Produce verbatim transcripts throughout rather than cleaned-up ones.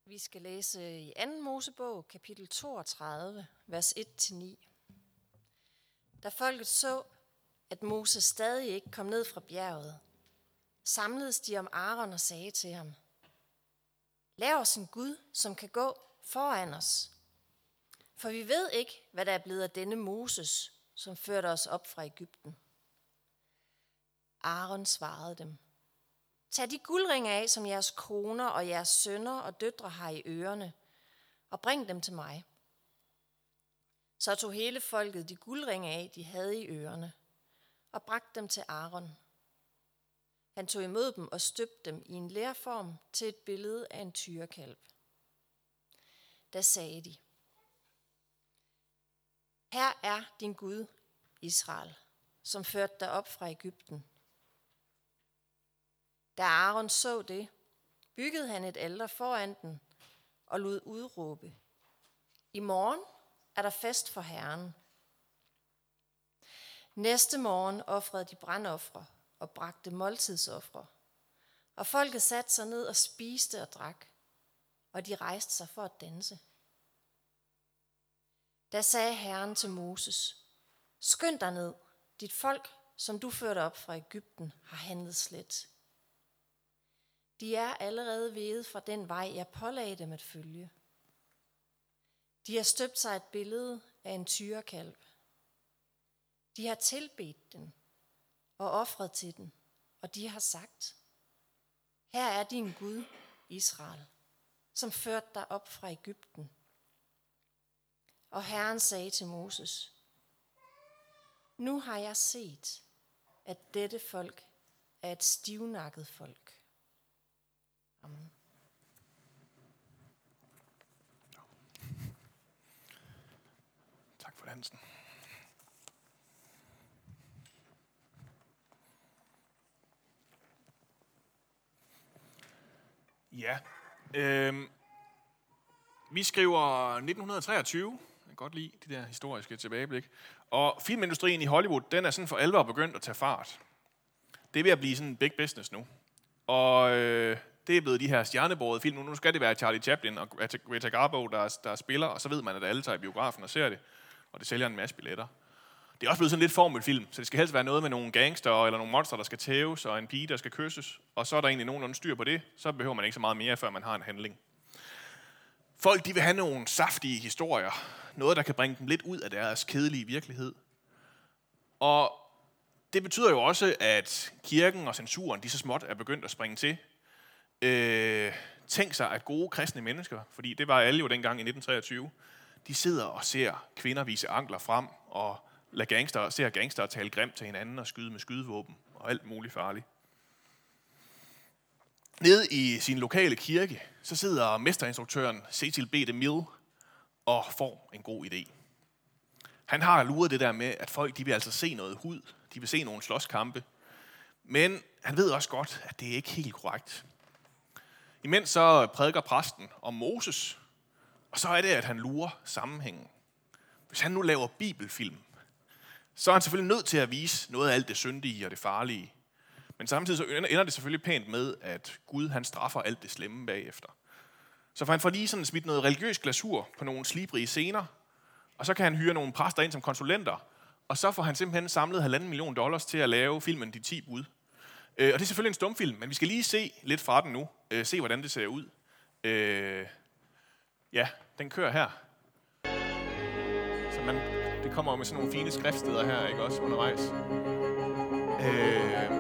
Vi skal læse i anden Mosebog, kapitel toogtredive, vers et til ni. Da folket så, at Moses stadig ikke kom ned fra bjerget, samledes de om Aaron og sagde til ham: Lav os en Gud, som kan gå foran os. For vi ved ikke, hvad der er blevet af denne Moses, som førte os op fra Egypten. Aaron svarede dem: Tag de guldringe af, som jeres koner og jeres sønner og døtre har i ørerne, og bring dem til mig. Så tog hele folket de guldringe af, de havde i ørerne, og bragte dem til Aaron. Han tog imod dem og støbte dem i en lerform til et billede af en tyrekalv. Da sagde de: Her er din Gud, Israel, som førte dig op fra Egypten. Da Aaron så det, byggede han et alter foran den og lod udråbe: I morgen er der fest for Herren. Næste morgen ofrede de brandofre og bragte måltidsofre, og folket satte sig ned og spiste og drak, og de rejste sig for at danse. Da sagde Herren til Moses: Skynd dig ned, dit folk, som du førte op fra Egypten, har handlet slet. De er allerede veget fra den vej, jeg pålagde dem at følge. De har støbt sig et billede af en tyrekalv. De har tilbedt den og ofret til den, og de har sagt: Her er din Gud, Israel, som førte dig op fra Egypten. Og Herren sagde til Moses: Nu har jeg set, at dette folk er et stivnakket folk. Amen. Tak for dansen. Ja, øh, vi skriver nitten treogtyve. Jeg kan godt lide de der historiske tilbageblik. Og filmindustrien i Hollywood, den er sådan for alvor begyndt at tage fart. Det er ved at blive sådan en big business nu. Og øh, det er blevet de her stjernebårede film. Nu skal det være Charlie Chaplin og Greta Garbo, der, der spiller, og så ved man, at alle tager i biografen og ser det. Og det sælger en masse billetter. Det er også blevet sådan lidt formelfilm, så det skal helst være noget med nogle gangster eller nogle monster, der skal tæves, og en pige, der skal kysses. Og så er der egentlig nogenlunde styr på det. Så behøver man ikke så meget mere, før man har en handling. Folk, de vil have nogle saftige historier. Noget, der kan bringe dem lidt ud af deres kedelige virkelighed. Og det betyder jo også, at kirken og censuren, de så småt er begyndt at springe til. Øh, tænk sig, at gode kristne mennesker, fordi det var alle jo dengang i nitten treogtyve, de sidder og ser kvinder vise ankler frem, og lader gangster, ser gangster tale grimt til hinanden og skyde med skydevåben og alt muligt farligt. Nede i sin lokale kirke, så sidder mesterinstruktøren Cecil B. DeMille og får en god idé. Han har luret det der med, at folk de vil altså se noget hud, de vil se nogle slåskampe, men han ved også godt, at det er ikke helt korrekt. Imens så prædiker præsten om Moses, og så er det, at han lurer sammenhængen. Hvis han nu laver bibelfilm, så er han selvfølgelig nødt til at vise noget af alt det syndige og det farlige. Men samtidig så ender det selvfølgelig pænt med, at Gud han straffer alt det slemme bagefter. Så for han får lige sådan smidt noget religiøs glasur på nogle slibrige scener, og så kan han hyre nogle præster ind som konsulenter, og så får han simpelthen samlet halvanden million dollars til at lave filmen De ti bud. Og det er selvfølgelig en stumfilm, men vi skal lige se lidt fra den nu. Se, hvordan det ser ud. Ja, den kører her. Så man, det kommer med sådan nogle fine skriftsteder her, ikke også, undervejs. Øh,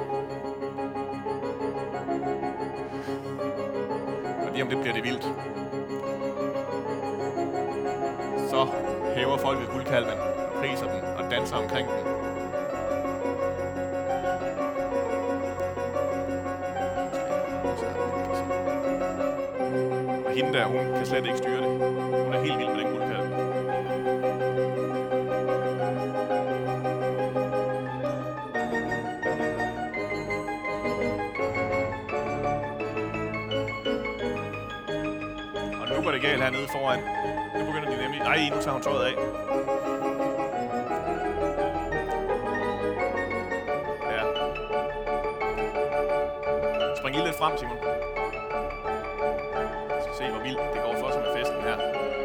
og lige om det bliver det vildt. Så hæver folket guldkalven, priser den og danser omkring den. Og hende der, hun kan slet ikke styre det. Hun er helt vild med den guldkalv. Og nu går det galt hernede foran. Nu begynder de nemlig... Nej, nu tager hun tøjet af. Ja. Spring lige lidt frem, Simon. Se, hvor vildt det går for sig med festen her.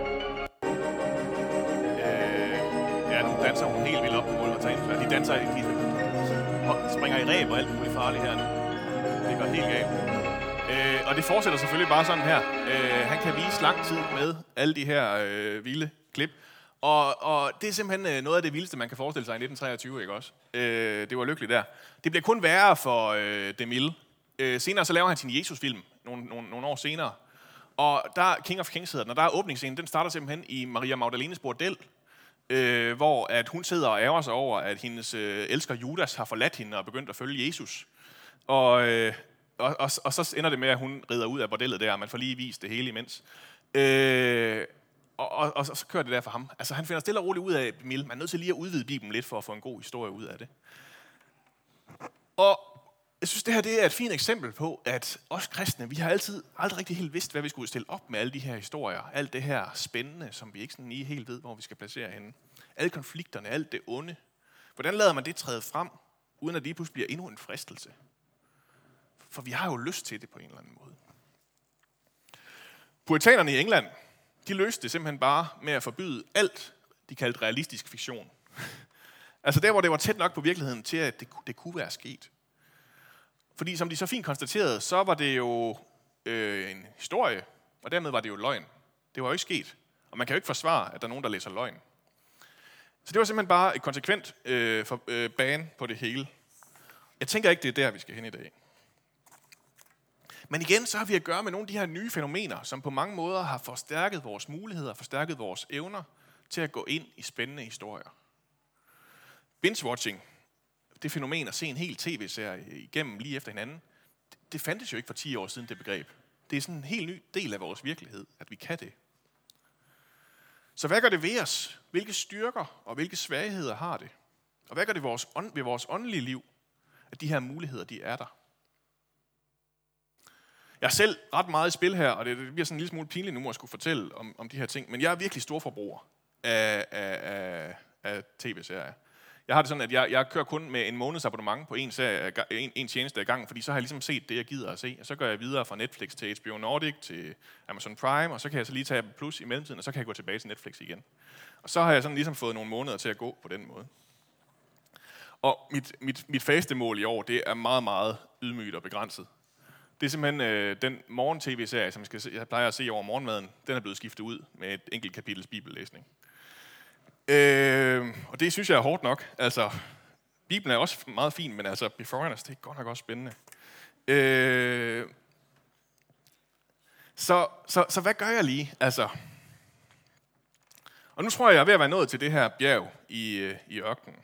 Øh, ja, nu danser hun helt vildt op på gulvet og tager ind. De danser, de springer i ræb og alt muligt farligt her nu. Det går helt galt. Øh, og det fortsætter selvfølgelig bare sådan her. Øh, han kan vise lang tid med alle de her øh, vilde klip. Og, og det er simpelthen noget af det vildeste, man kan forestille sig i nitten treogtyve, ikke også? Øh, det var lykkeligt der. Det bliver kun værre for øh, DeMille. Øh, senere så laver han sin Jesus-film, nogle, nogle, nogle år senere. Og der King of Kings hedder den, og der er åbningsscenen, den starter simpelthen i Maria Magdalenes bordel, øh, hvor at hun sidder og ærger sig over, at hendes øh, elsker Judas har forladt hende og begyndt at følge Jesus. Og, øh, og, og, og så ender det med, at hun rider ud af bordellet der, og man får lige vist det hele imens. Øh, Og, og, og så kører det der for ham. Altså, han finder stille og roligt ud af, Emil, man er nødt til lige at udvide Bibelen lidt, for at få en god historie ud af det. Og jeg synes, det her det er et fint eksempel på, at os kristne, vi har altid aldrig rigtig helt vidst, hvad vi skulle stille op med alle de her historier. Alt det her spændende, som vi ikke sådan lige helt ved, hvor vi skal placere henne. Alle konflikterne, alt det onde. Hvordan lader man det træde frem, uden at det pludselig bliver endnu en fristelse? For vi har jo lyst til det på en eller anden måde. Puritanerne i England, de løste det simpelthen bare med at forbyde alt, de kaldte realistisk fiktion. Altså der, hvor det var tæt nok på virkeligheden til, at det, det kunne være sket. Fordi som de så fint konstaterede, så var det jo øh, en historie, og dermed var det jo løgn. Det var jo ikke sket, og man kan jo ikke forsvare, at der er nogen, der læser løgn. Så det var simpelthen bare et konsekvent øh, for, øh, bane på det hele. Jeg tænker ikke, det er der, vi skal hen i dag. Men igen, så har vi at gøre med nogle af de her nye fænomener, som på mange måder har forstærket vores muligheder, forstærket vores evner til at gå ind i spændende historier. Binge-watching, det fænomen at se en hel tv-serie igennem lige efter hinanden, det fandtes jo ikke for ti år siden, det begreb. Det er sådan en helt ny del af vores virkelighed, at vi kan det. Så hvad gør det ved os? Hvilke styrker og hvilke svagheder har det? Og hvad gør det vores ånd, ved vores åndelige liv, at de her muligheder, de er der? Jeg er selv ret meget i spil her, og det bliver sådan en lille smule pinligt nu at skulle fortælle om, om de her ting, men jeg er virkelig stor forbruger af, af, af, af tv-serier. Jeg har det sådan, at jeg, jeg kører kun med en måneds abonnement på en, serie, en, en tjeneste ad gangen, fordi så har jeg ligesom set det, jeg gider at se, og så går jeg videre fra Netflix til H B O Nordic, til Amazon Prime, og så kan jeg så lige tage plus i mellemtiden, og så kan jeg gå tilbage til Netflix igen. Og så har jeg sådan ligesom fået nogle måneder til at gå på den måde. Og mit, mit, mit faste mål i år, det er meget, meget ydmygt og begrænset. Det er simpelthen øh, den morgen-tv-serie, som jeg, skal se, jeg plejer at se over morgenmaden, den er blevet skiftet ud med et enkelt kapitels bibellæsning. Øh, og det synes jeg er hårdt nok. Altså, Bibelen er også meget fin, men altså, Before Us, det er godt nok også spændende. Øh, så, så, så hvad gør jeg lige? Altså, og nu tror jeg, jeg er ved at være nået til det her bjerg i, i ørkenen.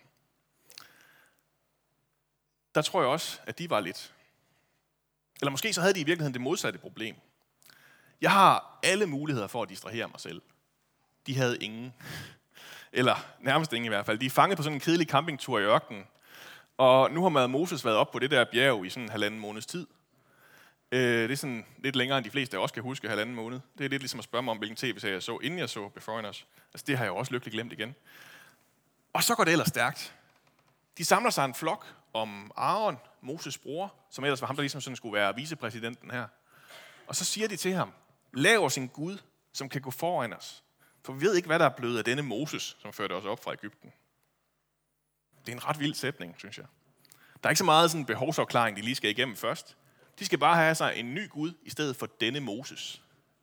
Der tror jeg også, at de var lidt. Eller måske så havde de i virkeligheden det modsatte problem. Jeg har alle muligheder for at distrahere mig selv. De havde ingen. Eller nærmest ingen i hvert fald. De er fanget på sådan en kedelig campingtur i ørkenen. Og nu har Mad Moses været op på det der bjerg i sådan en halvanden måneds tid. Det er sådan lidt længere end de fleste, der også kan huske halvanden måned. Det er lidt ligesom at spørge mig om, hvilken tv-serie jeg så, inden jeg så Before Us. Altså det har jeg jo også lykkeligt glemt igen. Og så går det ellers stærkt. De samler sig en flok om Aaron, Moses bror, som ellers var ham, der ligesom sådan skulle være vicepræsidenten her. Og så siger de til ham, lav os en Gud, som kan gå foran os. For vi ved ikke, hvad der er blevet af denne Moses, som førte os op fra Egypten. Det er en ret vild sætning, synes jeg. Der er ikke så meget sådan en behovsafklaring, de lige skal igennem først. De skal bare have sig en ny Gud, i stedet for denne Moses.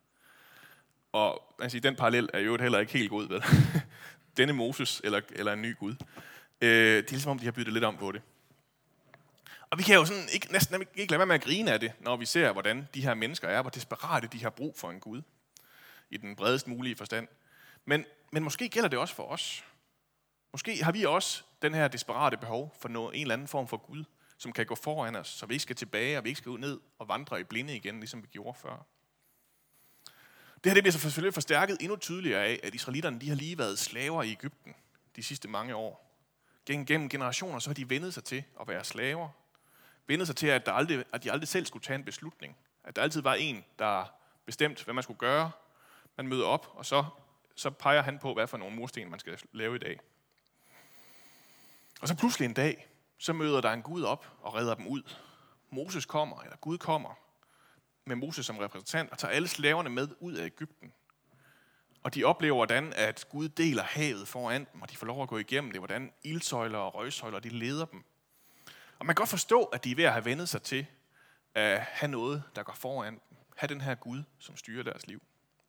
Og altså, den parallel er jo heller ikke helt god ved. Denne Moses, eller, eller en ny Gud. Øh, det er ligesom om, de har byttet lidt om på det. Og vi kan jo sådan ikke, næsten ikke lade være med at grine af det, når vi ser, hvordan de her mennesker er, hvor desperate de har brug for en Gud. I den bredest mulige forstand. Men, men måske gælder det også for os. Måske har vi også den her desperate behov for noget, en eller anden form for Gud, som kan gå foran os, så vi ikke skal tilbage, og vi ikke skal ud ned og vandre i blinde igen, ligesom vi gjorde før. Det her det bliver så selvfølgelig forstærket endnu tydeligere af, at israelitterne de har lige været slaver i Egypten de sidste mange år. Gennem, gennem generationer så har de vendet sig til at være slaver. Vendet sig til, at, der aldrig, at de aldrig selv skulle tage en beslutning. At der altid var en, der bestemte, hvad man skulle gøre. Man møder op, og så, så peger han på, hvad for nogle mursten man skal lave i dag. Og så pludselig en dag, så møder der en Gud op og redder dem ud. Moses kommer, eller Gud kommer. med Moses som repræsentant og tager alle slaverne med ud af Egypten. Og de oplever, hvordan at Gud deler havet foran dem, og de får lov at gå igennem det, hvordan ildsøjler og røgsøjler, de leder dem. Og man kan godt forstå, at de er ved at have vendet sig til at have noget, der går foran dem. Have den her Gud, som styrer deres liv.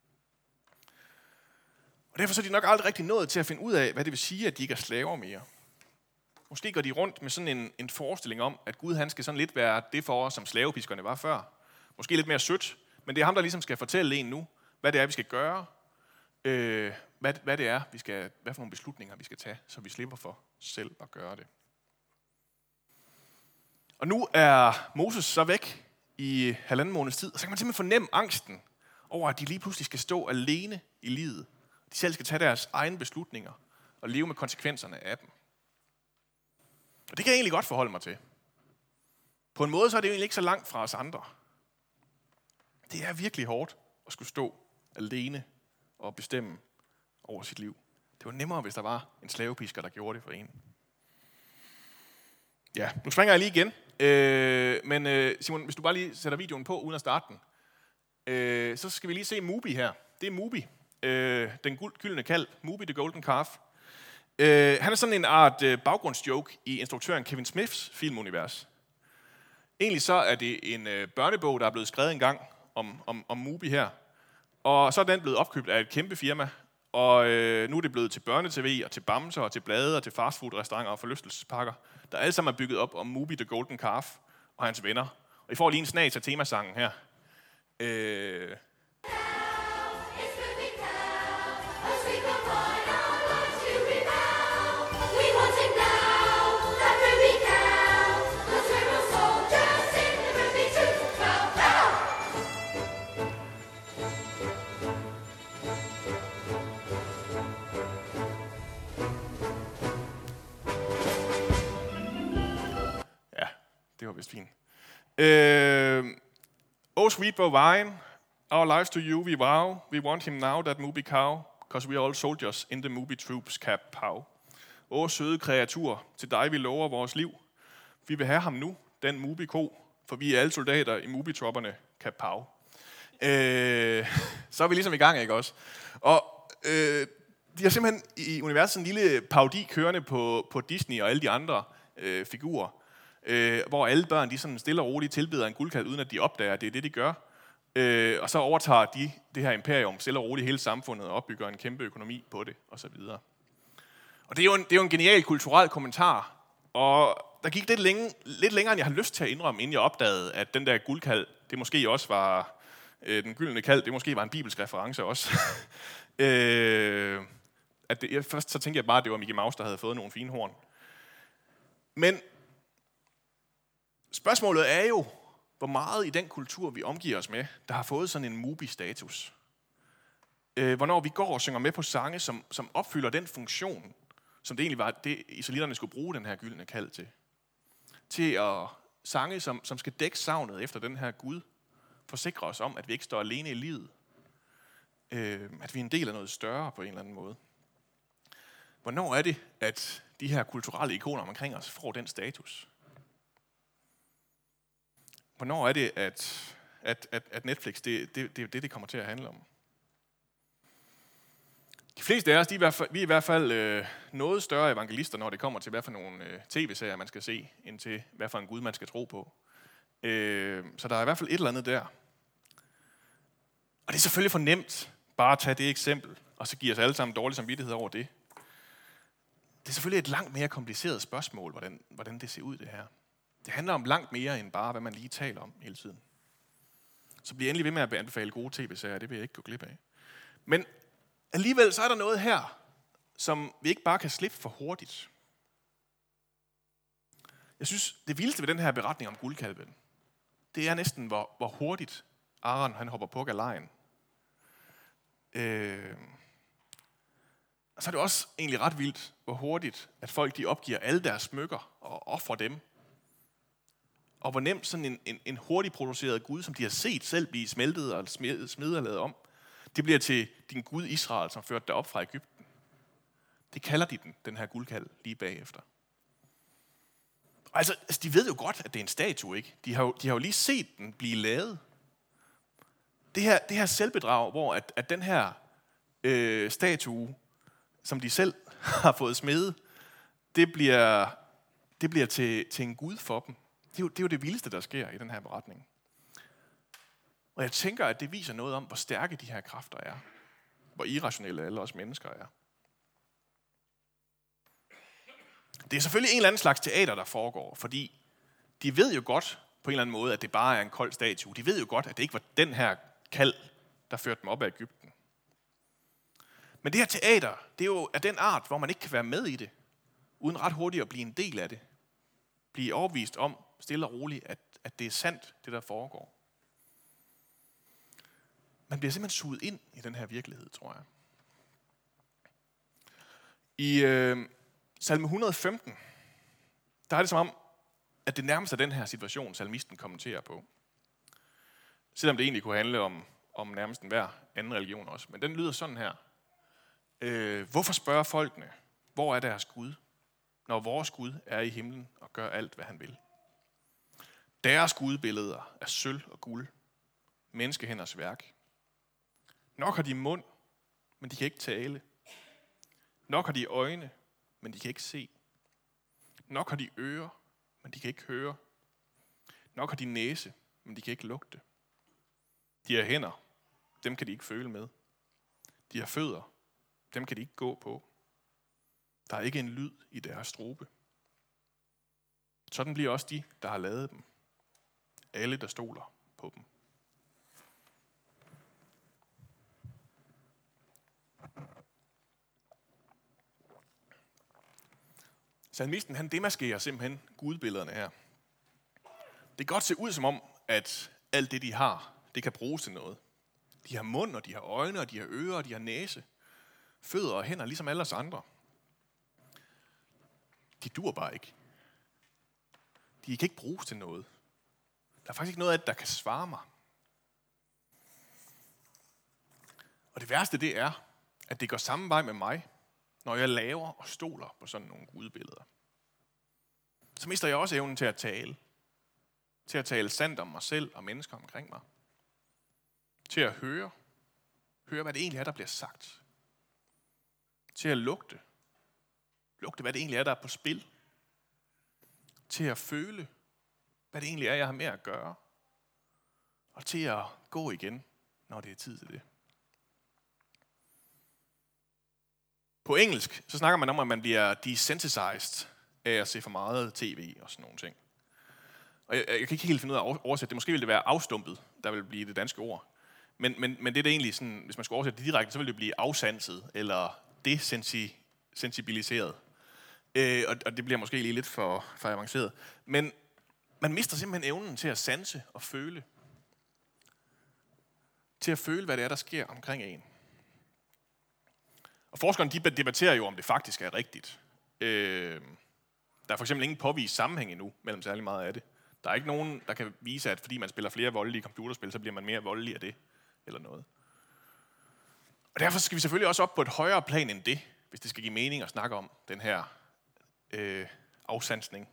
Og derfor så er de nok aldrig rigtig nået til at finde ud af, hvad det vil sige, at de ikke er slaver mere. Måske går de rundt med sådan en, en forestilling om, at Gud han skal sådan lidt være det for os, som slavepiskerne var før. Måske lidt mere sødt, men det er ham, der ligesom skal fortælle en nu, hvad det er, vi skal gøre, øh, hvad, hvad det er, vi skal, hvad for nogle beslutninger vi skal tage, så vi slipper for selv at gøre det. Og nu er Moses så væk i halvanden måneds tid, og så kan man simpelthen fornemme angsten over, at de lige pludselig skal stå alene i livet. De selv skal tage deres egne beslutninger og leve med konsekvenserne af dem. Og det kan jeg egentlig godt forholde mig til. På en måde så er det jo egentlig ikke så langt fra os andre. Det er virkelig hårdt at skulle stå alene og bestemme over sit liv. Det var nemmere, hvis der var en slavepisker, der gjorde det for en. Ja, nu springer jeg lige igen. Øh, men øh, Simon, hvis du bare lige sætter videoen på, uden at starte den, øh, så skal vi lige se Mubi her. Det er Mubi, øh, den gyldne kalv. Mubi, the golden calf. Øh, han er sådan en art øh, baggrundsjoke i instruktøren Kevin Smiths filmunivers. Egentlig så er det en øh, børnebog, der er blevet skrevet engang om, om, om Mubi her. Og så er den blevet opkøbt af et kæmpe firma. Og øh, nu er det blevet til børnetv og til bamser og til blade og til fastfood-restauranter og forlystelsesparker, der alle sammen er bygget op om Mubi the Golden Calf og hans venner. Og I får lige en snas af temasangen her. Øh... Det var vist fint. Uh, oh, sweet bovine, our lives to you we vow. We want him now, that Mubi cow, because we are all soldiers in the Mubi troops cap pow. Åh, søde kreatur, til dig vi lover vores liv. Vi vil have ham nu, den Mubi ko, for vi er alle soldater i Mubi-tropperne cap pow. Uh, så er vi ligesom i gang, ikke også? Og uh, de har simpelthen i universet en lille parodi kørende på, på Disney og alle de andre uh, figurer. Øh, hvor alle børn de sådan stille og roligt tilbeder en guldkalv, uden at de opdager, at det er det, de gør. Øh, og så overtager de det her imperium stille og roligt hele samfundet og opbygger en kæmpe økonomi på det, og så videre. Og det er jo en, det er jo en genial kulturel kommentar. Og der gik lidt, længe, lidt længere, end jeg har lyst til at indrømme, inden jeg opdagede, at den der guldkalv, det måske også var, øh, den gyldne kalv, det måske var en bibelsk reference også. øh, at det, jeg, først så tænkte jeg bare, at det var Mickey Mouse, der havde fået nogle fine horn. Men spørgsmålet er jo, hvor meget i den kultur, vi omgiver os med, der har fået sådan en Mubi-status. Øh, hvornår vi går og synger med på sange, som, som opfylder den funktion, som det egentlig var, det israelitterne skulle bruge den her gyldne kalv til. Til at sange, som, som skal dække savnet efter den her Gud, forsikre os om, at vi ikke står alene i livet. Øh, at vi er en del af noget større på en eller anden måde. Hvornår er det, at de her kulturelle ikoner omkring os får den status? Hvornår er det, at, at, at, at Netflix, det, det, det er det, det kommer til at handle om? De fleste af os, de er i hvert fald, vi er i hvert fald øh, noget større evangelister, når det kommer til, hvad for nogle øh, tv-serier, man skal se, end til, hvad for en Gud, man skal tro på. Øh, så der er i hvert fald et eller andet der. Og det er selvfølgelig for nemt bare at tage det eksempel, og så give os alle sammen dårlig samvittighed over det. Det er selvfølgelig et langt mere kompliceret spørgsmål, hvordan, hvordan det ser ud, det her. Det handler om langt mere end bare, hvad man lige taler om hele tiden. Så bliv endelig ved med at anbefale gode tv-serier, det vil jeg ikke gå glip af. Men alligevel så er der noget her, som vi ikke bare kan slippe for hurtigt. Jeg synes, det vildeste ved den her beretning om guldkalven, det er næsten, hvor, hvor hurtigt Aaron han hopper på galejen. Øh, og så er det også egentlig ret vildt, hvor hurtigt, at folk de opgiver alle deres smykker og offrer dem. Og hvor nemt sådan en, en, en hurtigt produceret Gud, som de har set selv blive smeltet og smidt og lavet om, det bliver til din Gud Israel, som førte dig op fra Egypten. Det kalder de den, den her guldkalv, lige bagefter. Og altså, altså, de ved jo godt, at det er en statue, ikke? De har jo, de har jo lige set den blive lavet. Det her, det her selvbedrag, hvor at, at den her øh, statue, som de selv har fået smedet, det bliver, det bliver til, til en gud for dem. Det er, jo, det er jo det vildeste, der sker i den her beretning. Og jeg tænker, at det viser noget om, hvor stærke de her kræfter er. Hvor irrationelle alle os mennesker er. Det er selvfølgelig en eller anden slags teater, der foregår, fordi de ved jo godt på en eller anden måde, at det bare er en kold statue. De ved jo godt, at det ikke var den her kald, der førte dem op af Egypten. Men det her teater, det er jo af den art, hvor man ikke kan være med i det, uden ret hurtigt at blive en del af det. Blive overbevist om, stille og roligt, at, at det er sandt, det der foregår. Man bliver simpelthen suget ind i den her virkelighed, tror jeg. I øh, salme et hundrede og femten, der er det som om, at det nærmest er den her situation, salmisten kommenterer på. Selvom det egentlig kunne handle om, om nærmest enhver anden religion også. Men den lyder sådan her. Øh, hvorfor spørger folkene, hvor er deres Gud, når vores Gud er i himlen og gør alt, hvad han vil? Deres gudbilleder er sølv og guld, menneskehænders værk. Nok har de mund, men de kan ikke tale. Nok har de øjne, men de kan ikke se. Nok har de ører, men de kan ikke høre. Nok har de næse, men de kan ikke lugte. De har hænder, dem kan de ikke føle med. De har fødder, dem kan de ikke gå på. Der er ikke en lyd i deres strobe. Sådan bliver også de, der har lavet dem. Alle, der stoler på dem. Salmisten, han demaskerer simpelthen gudbillederne her. Det kan godt se ud som om, at alt det, de har, det kan bruges til noget. De har mund, og de har øjne, og de har ører, og de har næse. Fødder og hænder, ligesom alle os andre. De dur bare ikke. De kan ikke bruges til noget. Der er faktisk ikke noget af det, der kan svare mig. Og det værste, det er, at det går samme vej med mig, når jeg laver og stoler på sådan nogle gudbilleder. Så mister jeg også evnen til at tale. Til at tale sandt om mig selv og mennesker omkring mig. Til at høre. Høre, hvad det egentlig er, der bliver sagt. Til at lugte. Lugte, hvad det egentlig er, der er på spil. Til at føle, hvad det egentlig er, jeg har med at gøre. Og til at gå igen, når det er tid til det. På engelsk, så snakker man om, at man bliver desensitized af at se for meget tv og sådan nogle ting. Og jeg, jeg kan ikke helt finde ud af at oversætte det. Måske ville det være afstumpet, der vil blive det danske ord. Men, men, men det er det egentlig sådan, hvis man skulle oversætte det direkte, så ville det blive afsanset eller desensibiliseret. Øh, og, og det bliver måske lige lidt for, for avanceret. Men man mister simpelthen evnen til at sanse og føle. Til at føle, hvad det er, der sker omkring en. Og forskerne de debatterer jo, om det faktisk er rigtigt. Øh, der er for eksempel ingen påvist sammenhæng endnu mellem særlig meget af det. Der er ikke nogen, der kan vise, at fordi man spiller flere voldelige computerspil, så bliver man mere voldelig af det, eller noget. Og derfor skal vi selvfølgelig også op på et højere plan end det, hvis det skal give mening at snakke om den her øh, afsansning.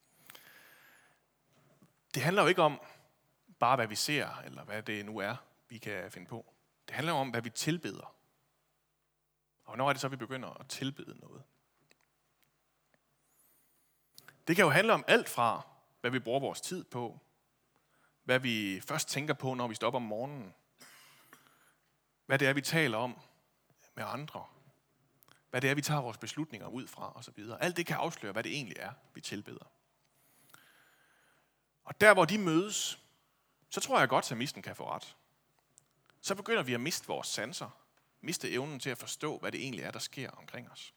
Det handler jo ikke om bare, hvad vi ser, eller hvad det nu er, vi kan finde på. Det handler om, hvad vi tilbeder. Og hvornår er det så, vi begynder at tilbede noget? Det kan jo handle om alt fra, hvad vi bruger vores tid på, hvad vi først tænker på, når vi står op om morgenen, hvad det er, vi taler om med andre, hvad det er, vi tager vores beslutninger ud fra osv. Alt det kan afsløre, hvad det egentlig er, vi tilbeder. Og der, hvor de mødes, så tror jeg godt, at salmisten kan få ret. Så begynder vi at miste vores sanser, miste evnen til at forstå, hvad det egentlig er, der sker omkring os.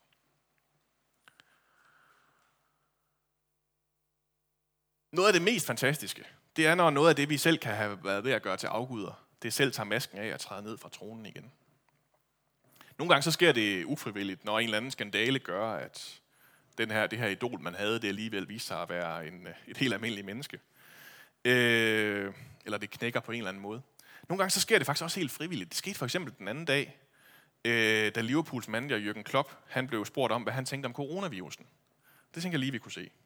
Noget af det mest fantastiske, det er, når noget af det, vi selv kan have været ved at gøre til afguder, det selv tager masken af og træder ned fra tronen igen. Nogle gange så sker det ufrivilligt, når en eller anden skandale gør, at den her, det her idol, man havde, det alligevel viser sig at være en, et helt almindeligt menneske. Øh, eller det knækker på en eller anden måde. Nogle gange så sker det faktisk også helt frivilligt. Det skete for eksempel den anden dag, øh, da Liverpools manager Jürgen Klopp, han blev spurgt om, hvad han tænkte om coronavirusen. Det tænker jeg lige, vi kunne se.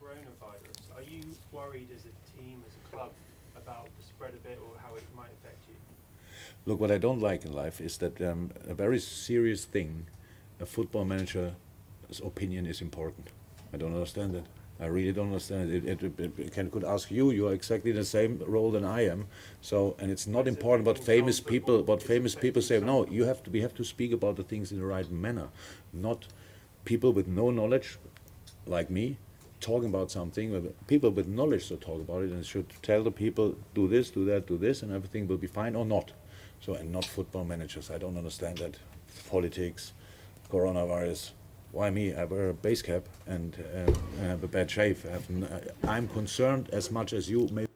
coronavirus, are you worried as a team, as a club, about the spread of it or how it might affect you? Look, what I don't like in life is that um, a very serious thing, a football manager's opinion is important. I don't understand it. I really don't understand it. It, it, it, it can, could ask you. You are exactly the same role than I am. So, and it's not important what famous people, what famous people say. No, you have to. We have to speak about the things in the right manner, not people with no knowledge, like me, talking about something. People with knowledge should talk about it and should tell the people, do this, do that, do this, and everything will be fine or not. So, and not football managers. I don't understand that. Politics, coronavirus. Why me? I wear a base cap and uh, I have a bad shave. I have n- I'm concerned as much as you. Maybe.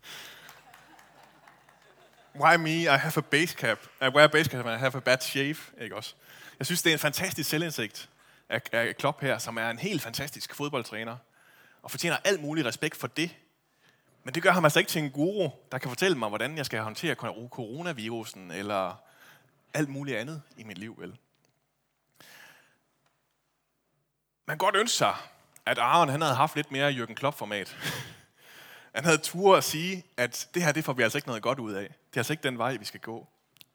Why me? I have a base cap. I wear a base cap and I have a bad shave. Ikke også? Jeg synes, det er en fantastisk selvindsigt af, af Klopp her, som er en helt fantastisk fodboldtræner, og fortjener alt mulig respekt for det. Men det gør ham altså ikke til en guru, der kan fortælle mig, hvordan jeg skal håndtere coronavirusen, eller alt muligt andet i mit liv, vel? Man kan godt ønske sig, at Aron han havde haft lidt mere Jürgen Klopp-format. Han havde tur at sige, at det her, det får vi altså ikke noget godt ud af. Det er altså ikke den vej, vi skal gå.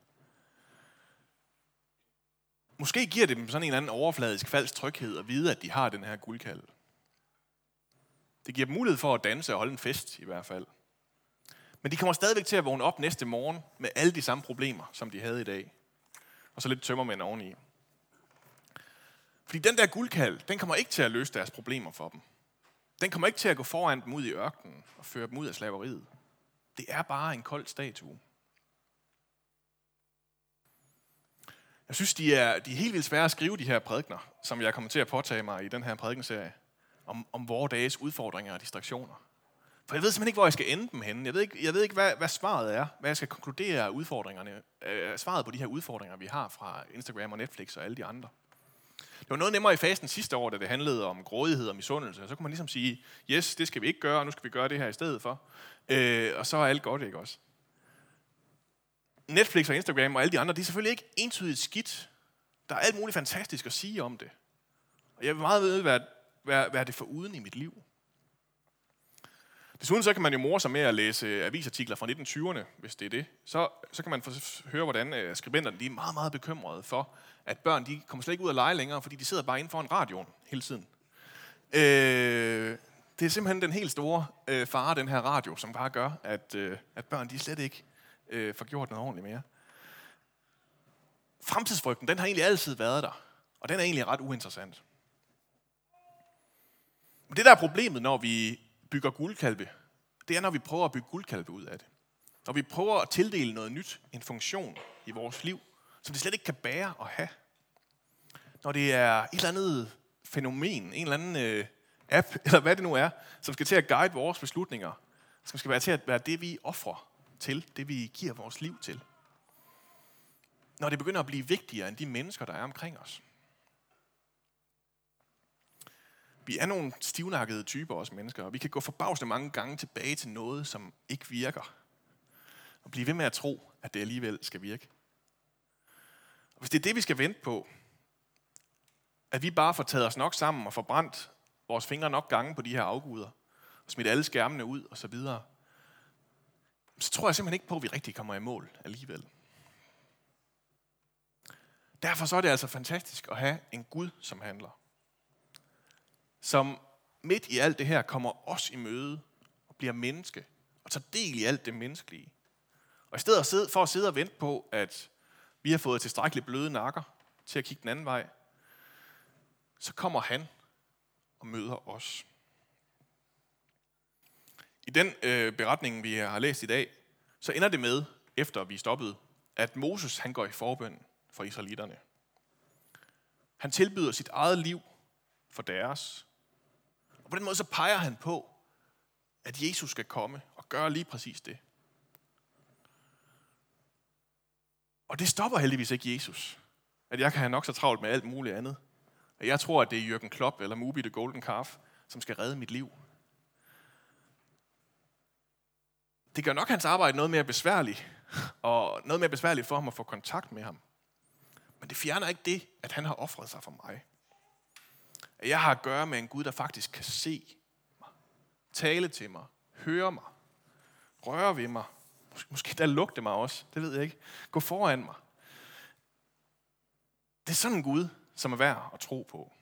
Måske giver det dem sådan en eller anden overfladisk falsk tryghed at vide, at de har den her guldkalv. Det giver dem mulighed for at danse og holde en fest i hvert fald. Men de kommer stadigvæk til at vågne op næste morgen med alle de samme problemer, som de havde i dag. Og så lidt tømmermænd oveni. Fordi den der guldkalv, den kommer ikke til at løse deres problemer for dem. Den kommer ikke til at gå foran dem ud i ørkenen og føre dem ud af slaveriet. Det er bare en kold statue. Jeg synes, de er, de er helt vildt svære at skrive de her prædikener, som jeg kommer til at påtage mig i den her prædikenserie, om, om vores dages udfordringer og distraktioner. For jeg ved simpelthen ikke, hvor jeg skal ende dem henne. Jeg ved ikke, jeg ved ikke hvad, hvad svaret er, hvad jeg skal konkludere af udfordringerne, øh, svaret på de her udfordringer, vi har fra Instagram og Netflix og alle de andre. Det var noget nemmere i fasten sidste år, da det handlede om grådighed og misundelse. Så kunne man ligesom sige, yes, det skal vi ikke gøre, og nu skal vi gøre det her i stedet for. Øh, og så er alt godt, ikke også? Netflix og Instagram og alle de andre, de er selvfølgelig ikke entydigt skidt. Der er alt muligt fantastisk at sige om det. Og jeg vil meget vide, hvad, hvad, hvad er det for uden i mit liv. Desuden så kan man jo more sig med at læse avisartikler fra nitten tyverne, hvis det er det. Så, så kan man høre, hvordan skribenterne de er meget, meget bekymrede for, at børn de kommer slet ikke ud at lege længere, fordi de sidder bare inde foran radioen hele tiden. Øh, det er simpelthen den helt store øh, fare, den her radio, som bare gør, at, øh, at børn de slet ikke øh, får gjort noget ordentligt mere. Fremtidsfrygten, den har egentlig altid været der, og den er egentlig ret uinteressant. Men det der er problemet, når vi bygger guldkalve, det er, når vi prøver at bygge guldkalve ud af det. Når vi prøver at tildele noget nyt, en funktion i vores liv, som det slet ikke kan bære at have. Når det er et eller andet fænomen, en eller anden øh, app, eller hvad det nu er, som skal til at guide vores beslutninger, som skal være til at være det, vi offrer til, det vi giver vores liv til. Når det begynder at blive vigtigere end de mennesker, der er omkring os. Vi er nogle stivnakkede typer, os mennesker, og vi kan gå forbavsende mange gange tilbage til noget, som ikke virker. Og blive ved med at tro, at det alligevel skal virke. Og hvis det er det, vi skal vente på, at vi bare får taget os nok sammen og får brændt vores fingre nok gange på de her afguder, og smidt alle skærmene ud og så videre, så tror jeg simpelthen ikke på, at vi rigtig kommer i mål alligevel. Derfor så er det altså fantastisk at have en Gud, som handler. Som midt i alt det her kommer os i møde og bliver menneske og tager del i alt det menneskelige. Og i stedet for at sidde og vente på, at vi har fået tilstrækkeligt bløde nakker til at kigge den anden vej, så kommer han og møder os. I den øh, beretning, vi har læst i dag, så ender det med, efter vi stoppede, at Moses han går i forbøn for israelitterne. Han tilbyder sit eget liv for deres. Og på den måde så peger han på, at Jesus skal komme og gøre lige præcis det. Og det stopper heldigvis ikke Jesus. At jeg kan have nok så travlt med alt muligt andet. At jeg tror, at det er Jürgen Klopp eller Mubi the Golden Calf, som skal redde mit liv. Det gør nok hans arbejde noget mere besværligt, og noget mere besværligt for ham at få kontakt med ham. Men det fjerner ikke det, at han har ofret sig for mig. At jeg har at gøre med en Gud, der faktisk kan se mig. tale til mig, høre mig, røre ved mig, måske, måske da lugte mig også, det ved jeg ikke, gå foran mig. Det er sådan en Gud, som er værd at tro på.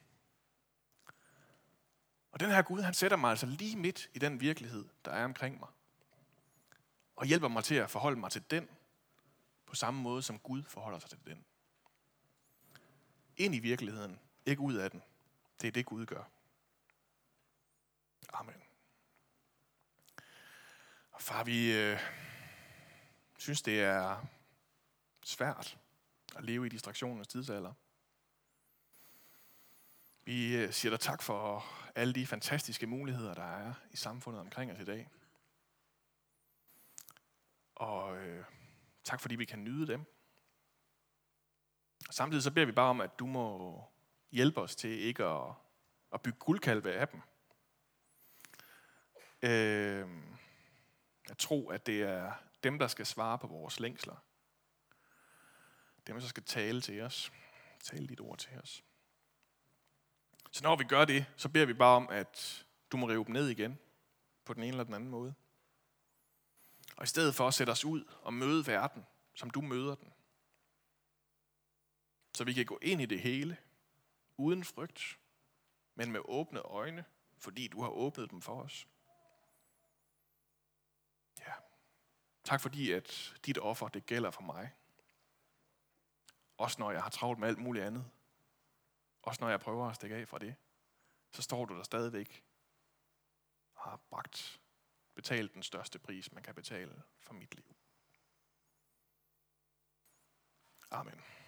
Og den her Gud, han sætter mig altså lige midt i den virkelighed, der er omkring mig. Og hjælper mig til at forholde mig til den, på samme måde som Gud forholder sig til den. Ind i virkeligheden, ikke ud af den. Det er det, Gud gør. Amen. Og far, vi øh, synes, det er svært at leve i distraktionens tidsalder. Vi øh, siger dig tak for alle de fantastiske muligheder, der er i samfundet omkring os i dag. Og øh, tak fordi vi kan nyde dem. Og samtidig så beder vi bare om, at du må hjælpe os til ikke at, at bygge guldkalve af dem. Øh, at tro, at det er dem, der skal svare på vores længsler. Dem, der skal tale til os. Tale dit ord til os. Så når vi gør det, så beder vi bare om, at du må rive dem ned igen. På den ene eller den anden måde. Og i stedet for at sætte os ud og møde verden, som du møder den. Så vi kan gå ind i det hele, uden frygt, men med åbne øjne, fordi du har åbnet dem for os. Ja. Tak fordi, at dit offer, det gælder for mig. Også når jeg har travlt med alt muligt andet. Også når jeg prøver at stikke af fra det. Så står du der stadigvæk og har bragt, betalt den største pris, man kan betale for mit liv. Amen.